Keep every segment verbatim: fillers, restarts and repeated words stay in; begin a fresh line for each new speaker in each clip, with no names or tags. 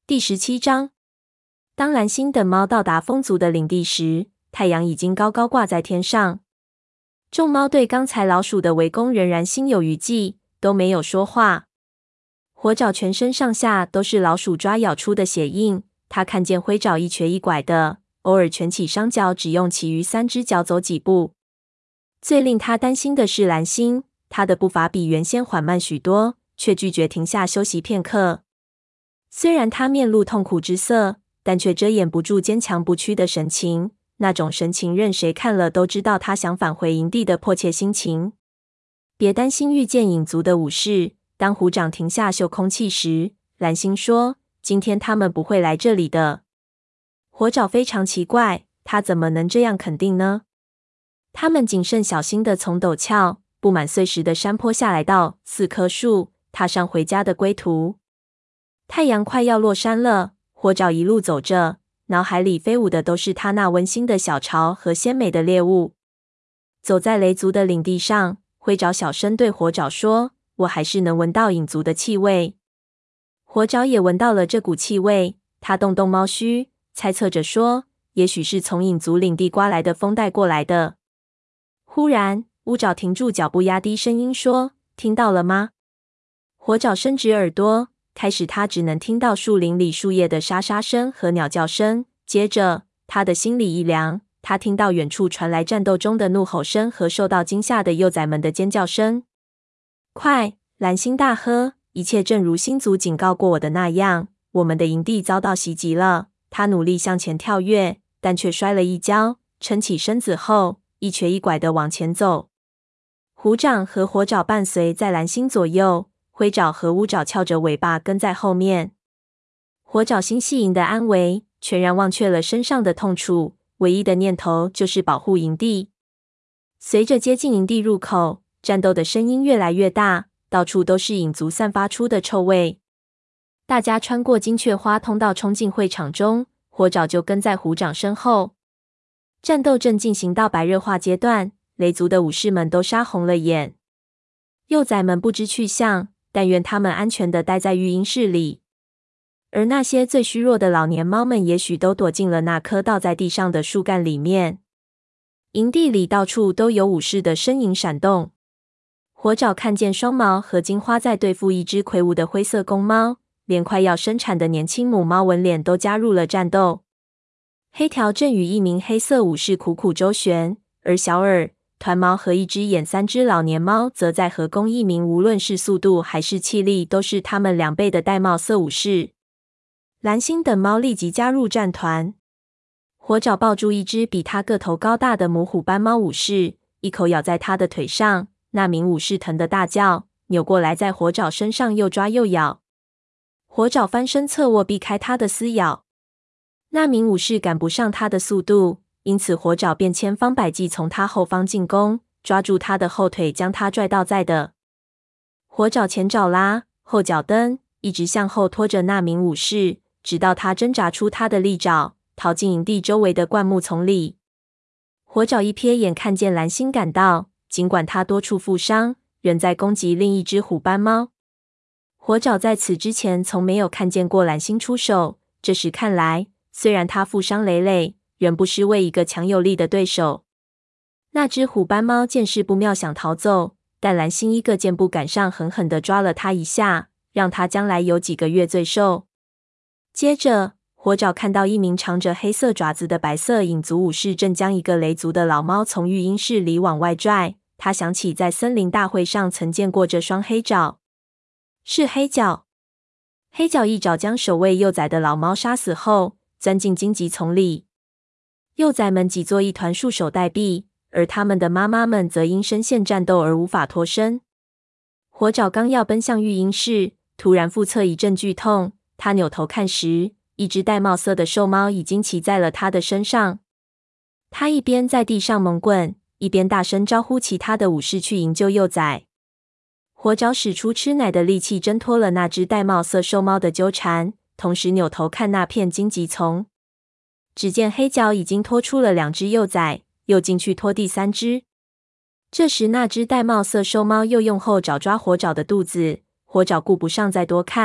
第十七章，当蓝星等猫到达风族的领地时，太阳已经高高挂在天上。众猫对刚才老鼠的围攻仍然心有余悸，都没有说话。火爪全身上下都是老鼠抓咬出的血印，他看见灰爪一瘸一拐的，偶尔蜷起双脚，只用其余三只脚走几步。最令他担心的是蓝星，他的步伐比原先缓慢许多，却拒绝停下休息片刻。虽然他面露痛苦之色，但却遮掩不住坚强不屈的神情，那种神情任谁看了都知道他想返回营地的迫切心情。别担心遇见影族的武士，当虎掌停下嗅空气时，蓝星说，今天他们不会来这里的。火爪非常奇怪，他怎么能这样肯定呢？他们谨慎小心地从陡峭、布满碎石的山坡下来到四棵树，踏上回家的归途。太阳快要落山了，火爪一路走着，脑海里飞舞的都是他那温馨的小巢和鲜美的猎物。走在雷族的领地上，灰爪小声对火爪说，我还是能闻到影族的气味。火爪也闻到了这股气味，他动动猫须，猜测着说，也许是从影族领地刮来的风带过来的。忽然，乌爪停住脚步，压低声音说，听到了吗？火爪伸直耳朵，开始他只能听到树林里树叶的沙沙声和鸟叫声，接着他的心里一凉，他听到远处传来战斗中的怒吼声和受到惊吓的幼崽们的尖叫声。快！蓝星大喝，一切正如星族警告过我的那样，我们的营地遭到袭击了。他努力向前跳跃，但却摔了一跤，撑起身子后一瘸一拐地往前走。虎掌和火爪伴随在蓝星左右，灰爪和乌爪翘着尾巴跟在后面。火爪心系营的安危，全然忘却了身上的痛楚，唯一的念头就是保护营地。随着接近营地入口，战斗的声音越来越大，到处都是影族散发出的臭味。大家穿过金雀花通道冲进会场中，火爪就跟在虎掌身后。战斗正进行到白热化阶段，雷族的武士们都杀红了眼。幼崽们不知去向，但愿他们安全地待在育婴室里。而那些最虚弱的老年猫们也许都躲进了那棵倒在地上的树干里面。营地里到处都有武士的身影闪动。火爪看见双毛和金花在对付一只魁梧的灰色公猫，连快要生产的年轻母猫纹脸都加入了战斗。黑条正与一名黑色武士苦苦周旋，而小耳、团毛和一只眼三只老年猫则在合攻一名无论是速度还是气力都是他们两倍的玳瑁色武士。蓝星等猫立即加入战团。火爪抱住一只比他个头高大的母虎斑猫武士，一口咬在他的腿上，那名武士疼得大叫，扭过来在火爪身上又抓又咬。火爪翻身侧卧避开他的撕咬。那名武士赶不上他的速度，因此火爪便千方百计从他后方进攻，抓住他的后腿将他拽到在的。火爪前爪拉，后脚蹬，一直向后拖着那名武士，直到他挣扎出他的利爪，逃进营地周围的灌木丛里。火爪一瞥眼看见蓝星赶到，尽管他多处负伤，仍在攻击另一只虎斑猫。火爪在此之前从没有看见过蓝星出手，这时看来，虽然他负伤累累，仍不失为一个强有力的对手。那只虎斑猫见势不妙想逃走，但蓝星一个箭步赶上，狠狠地抓了他一下，让他将来有几个月罪受。接着，火爪看到一名长着黑色爪子的白色影族武士正将一个雷族的老猫从育婴室里往外拽，他想起在森林大会上曾见过这双黑爪。是黑角。黑角一爪将守卫幼崽的老猫杀死后，钻进荆棘丛里。幼崽们挤作一团，束手待毙，而他们的妈妈们则因深陷战斗而无法脱身。火爪刚要奔向育婴室，突然腹侧一阵剧痛，他扭头看时，一只玳瑁色的兽猫已经骑在了他的身上。他一边在地上猛滚，一边大声招呼其他的武士去营救幼崽。火爪使出吃奶的力气挣脱了那只玳瑁色兽猫的纠缠，同时扭头看那片荆棘丛。只见黑角已经拖出了两只幼崽，又进去拖第三只。这时那只玳瑁色兽猫又用后爪抓火爪的肚子，火爪顾不上再多看，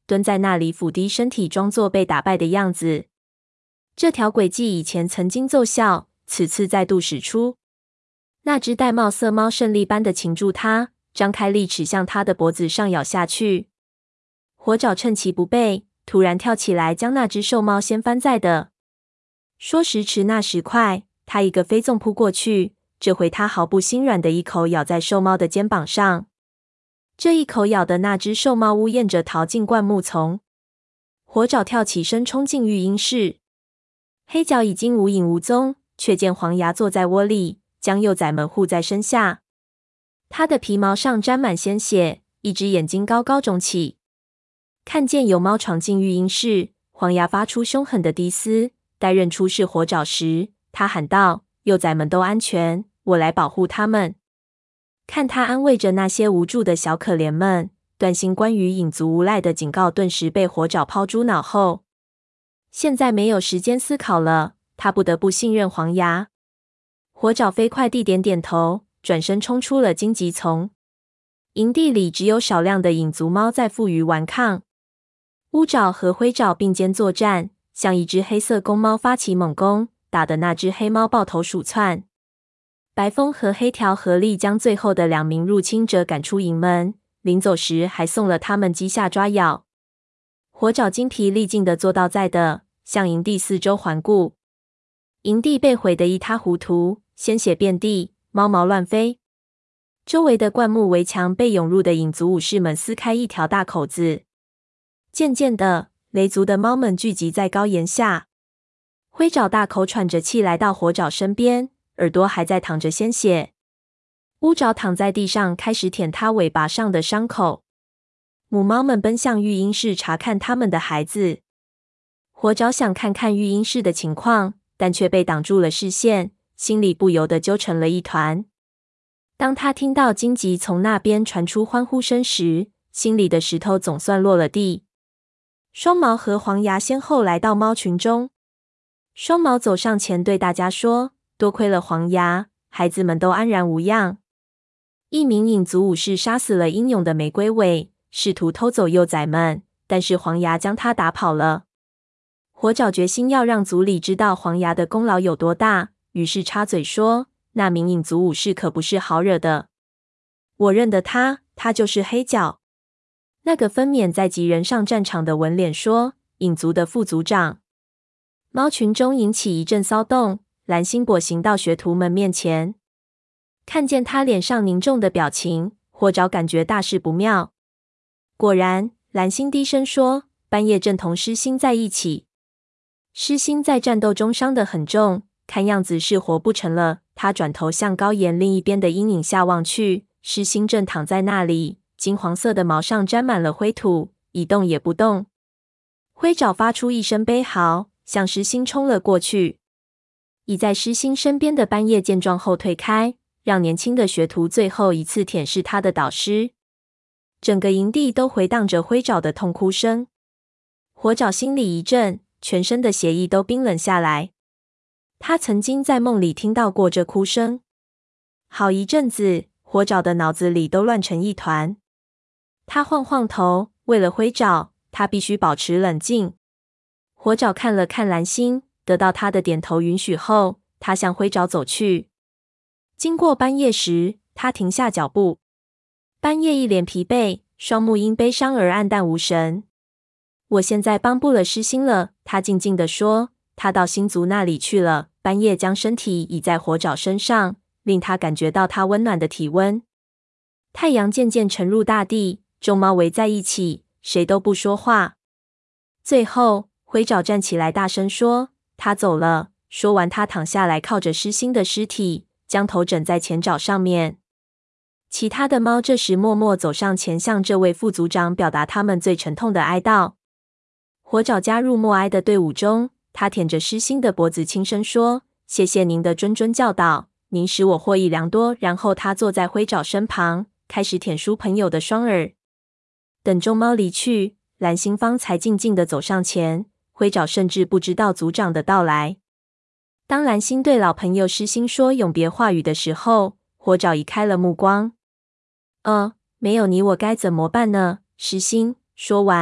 蹲在那里俯低身体，装作被打败的样子。这条诡计以前曾经奏效，此次再度使出。那只玳瑁色猫胜利般的擒住它，张开利齿向它的脖子上咬下去。火爪趁其不备，突然跳起来，将那只兽猫掀翻在的。说时迟，那时快，它一个飞纵扑过去，这回它毫不心软的一口咬在兽猫的肩膀上。这一口咬的那只兽猫呜咽着逃进灌木丛。火爪跳起身冲进育婴室，黑角已经无影无踪，却见黄牙坐在窝里，将幼崽们护在身下。它的皮毛上沾满鲜血，一只眼睛高高肿起。看见有猫闯进育婴室，黄牙发出凶狠的低嘶，待认出是火爪时，他喊道：“幼崽们都安全，我来保护他们。”看他安慰着那些无助的小可怜们，段兴关于影族无赖的警告顿时被火爪抛诸脑后。现在没有时间思考了，他不得不信任黄牙。火爪飞快地点点头，转身冲出了荆棘丛。营地里只有少量的影族猫在负隅顽抗。乌爪和灰爪并肩作战，向一只黑色公猫发起猛攻，打得那只黑猫抱头鼠窜。白风和黑条合力将最后的两名入侵者赶出营门，临走时还送了他们鸡下抓咬。火爪精疲力尽地坐倒在的，向营地四周环顾。营地被毁得一塌糊涂，鲜血遍地，猫毛乱飞。周围的灌木围墙被涌入的影族武士们撕开一条大口子。渐渐的，雷族的猫们聚集在高岩下。灰爪大口喘着气来到火爪身边，耳朵还在淌着鲜血。乌爪躺在地上，开始舔它尾巴上的伤口。母猫们奔向育婴室查看它们的孩子。火爪想看看育婴室的情况，但却被挡住了视线，心里不由得揪成了一团。当他听到荆棘从那边传出欢呼声时，心里的石头总算落了地。双毛和黄牙先后来到猫群中。双毛走上前对大家说：“多亏了黄牙，孩子们都安然无恙。”一名影族武士杀死了英勇的玫瑰尾，试图偷走幼崽们，但是黄牙将他打跑了。火爪决心要让族里知道黄牙的功劳有多大，于是插嘴说：“那名影族武士可不是好惹的，我认得他，他就是黑角。”那个分娩在即人上战场的纹脸说：“影族的副族长。”猫群中引起一阵骚动，蓝星跛行到学徒们面前，看见他脸上凝重的表情，火爪感觉大事不妙。果然，蓝星低声说：“半夜正同狮星在一起。狮星在战斗中伤得很重，看样子是活不成了。”他转头向高岩另一边的阴影下望去，狮星正躺在那里，金黄色的毛上沾满了灰土，一动也不动。灰爪发出一声悲嚎，向狮星冲了过去。倚在狮星身边的斑叶见状后退开，让年轻的学徒最后一次舔舐他的导师。整个营地都回荡着灰爪的痛哭声。火爪心里一震，全身的血液都冰冷下来。他曾经在梦里听到过这哭声。好一阵子，火爪的脑子里都乱成一团。他晃晃头，为了灰爪，他必须保持冷静。火爪看了看蓝星，得到他的点头允许后，他向灰爪走去。经过斑叶时，他停下脚步。斑叶一脸疲惫，双目因悲伤而黯淡无神。我现在帮不了狮星了，他静静地说。他到星族那里去了。斑叶将身体倚在火爪身上，令他感觉到他温暖的体温。太阳渐渐沉入大地，众猫围在一起，谁都不说话。最后，灰爪站起来，大声说：“他走了。”说完，他躺下来，靠着狮星的尸体，将头枕在前爪上面。其他的猫这时默默走上前，向这位副族长表达他们最沉痛的哀悼。火爪加入默哀的队伍中，他舔着狮星的脖子，轻声说：“谢谢您的谆谆教导，您使我获益良多。”然后他坐在灰爪身旁，开始舔梳朋友的双耳。等众猫离去，蓝星方才静静地走上前。灰爪甚至不知道族长的到来。当蓝星对老朋友狮星说永别话语的时候，火爪移开了目光。“呃，没有你我该怎么办呢？”狮星说完，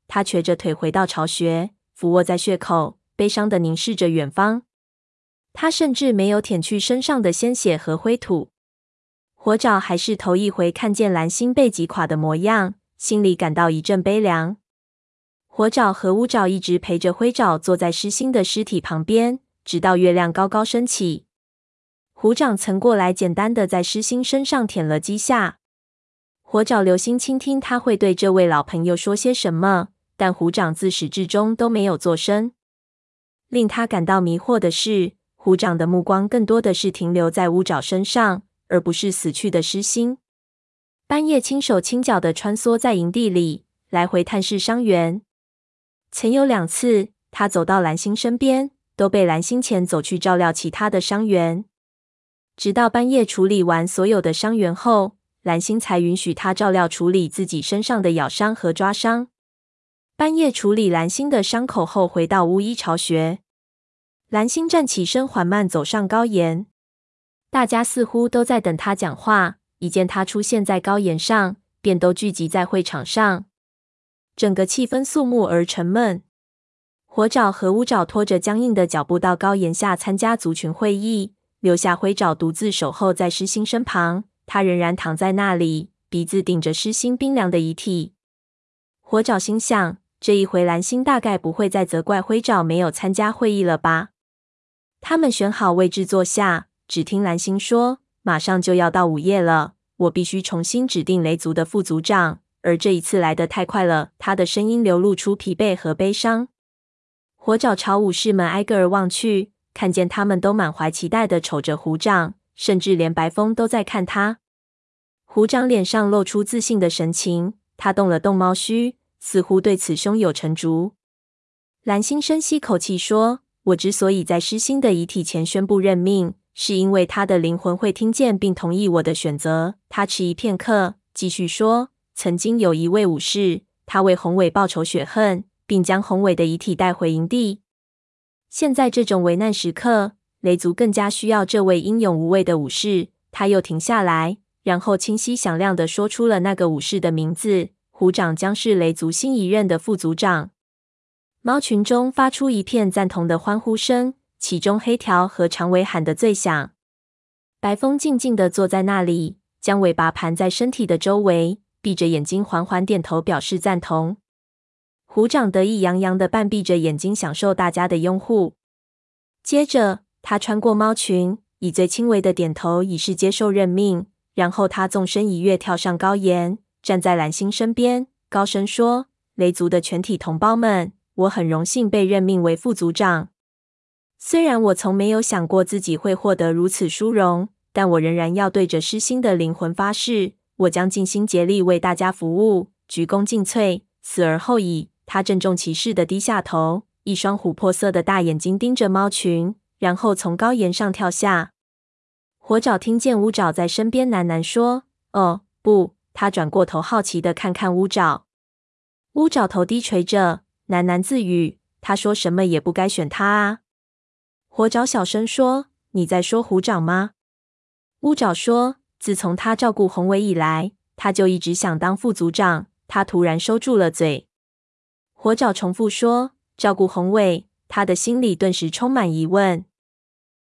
他瘸着腿回到巢穴，俯卧在穴口，悲伤地凝视着远方。他甚至没有舔去身上的鲜血和灰土。火爪还是头一回看见蓝星被击垮的模样，心里感到一阵悲凉。火爪和乌爪一直陪着灰爪坐在狮星的尸体旁边，直到月亮高高升起。虎掌曾过来简单的在狮星身上舔了几下。火爪留心倾听他会对这位老朋友说些什么，但虎掌自始至终都没有作声。令他感到迷惑的是，虎掌的目光更多的是停留在乌爪身上，而不是死去的狮星。半夜轻手轻脚地穿梭在营地里，来回探视伤员。曾有两次，他走到蓝星身边，都被蓝星遣走去照料其他的伤员。直到半夜处理完所有的伤员后，蓝星才允许他照料处理自己身上的咬伤和抓伤。半夜处理蓝星的伤口后，回到巫医巢穴。蓝星站起身，缓慢走上高岩。大家似乎都在等他讲话，一见他出现在高岩上，便都聚集在会场上。整个气氛肃穆而沉闷。火爪和乌爪拖着僵硬的脚步到高岩下参加族群会议，留下灰爪独自守候在狮星身旁。他仍然躺在那里，鼻子顶着狮星冰凉的遗体。火爪心想，这一回蓝星大概不会再责怪灰爪没有参加会议了吧。他们选好位置坐下，只听蓝星说，马上就要到午夜了，我必须重新指定雷族的副族长，而这一次来得太快了。他的声音流露出疲惫和悲伤。火爪朝武士们挨个儿望去，看见他们都满怀期待地瞅着虎掌，甚至连白风都在看他。虎掌脸上露出自信的神情，他动了动猫须，似乎对此胸有成竹。蓝星深吸口气说，我之所以在狮星的遗体前宣布任命，是因为他的灵魂会听见并同意我的选择。他迟疑片刻，继续说，曾经有一位武士，他为宏伟报仇雪恨，并将宏伟的遗体带回营地。现在这种危难时刻，雷族更加需要这位英勇无畏的武士。他又停下来，然后清晰响亮地说出了那个武士的名字。虎掌将是雷族新一任的副族长。猫群中发出一片赞同的欢呼声，其中黑条和长尾喊得最响。白风静静地坐在那里，将尾巴盘在身体的周围，闭着眼睛缓缓点头表示赞同。虎掌得意洋洋地半闭着眼睛享受大家的拥护。接着他穿过猫群，以最轻微的点头以示接受任命，然后他纵身一跃跳上高岩，站在蓝星身边，高声说，雷族的全体同胞们，我很荣幸被任命为副族长。虽然我从没有想过自己会获得如此殊荣，但我仍然要对着狮星的灵魂发誓，我将尽心竭力为大家服务，鞠躬尽瘁，死而后已。他郑重其事地低下头，一双琥珀色的大眼睛盯着猫群，然后从高岩上跳下。火爪听见乌爪在身边喃喃说，哦，不。他转过头好奇地看看乌爪。乌爪头低垂着，喃喃自语，他说什么也不该选他啊。火爪小声说，你在说虎掌吗？乌爪说，自从他照顾宏伟以来，他就一直想当副族长。他突然收住了嘴。火爪重复说，照顾宏伟，他的心里顿时充满疑问。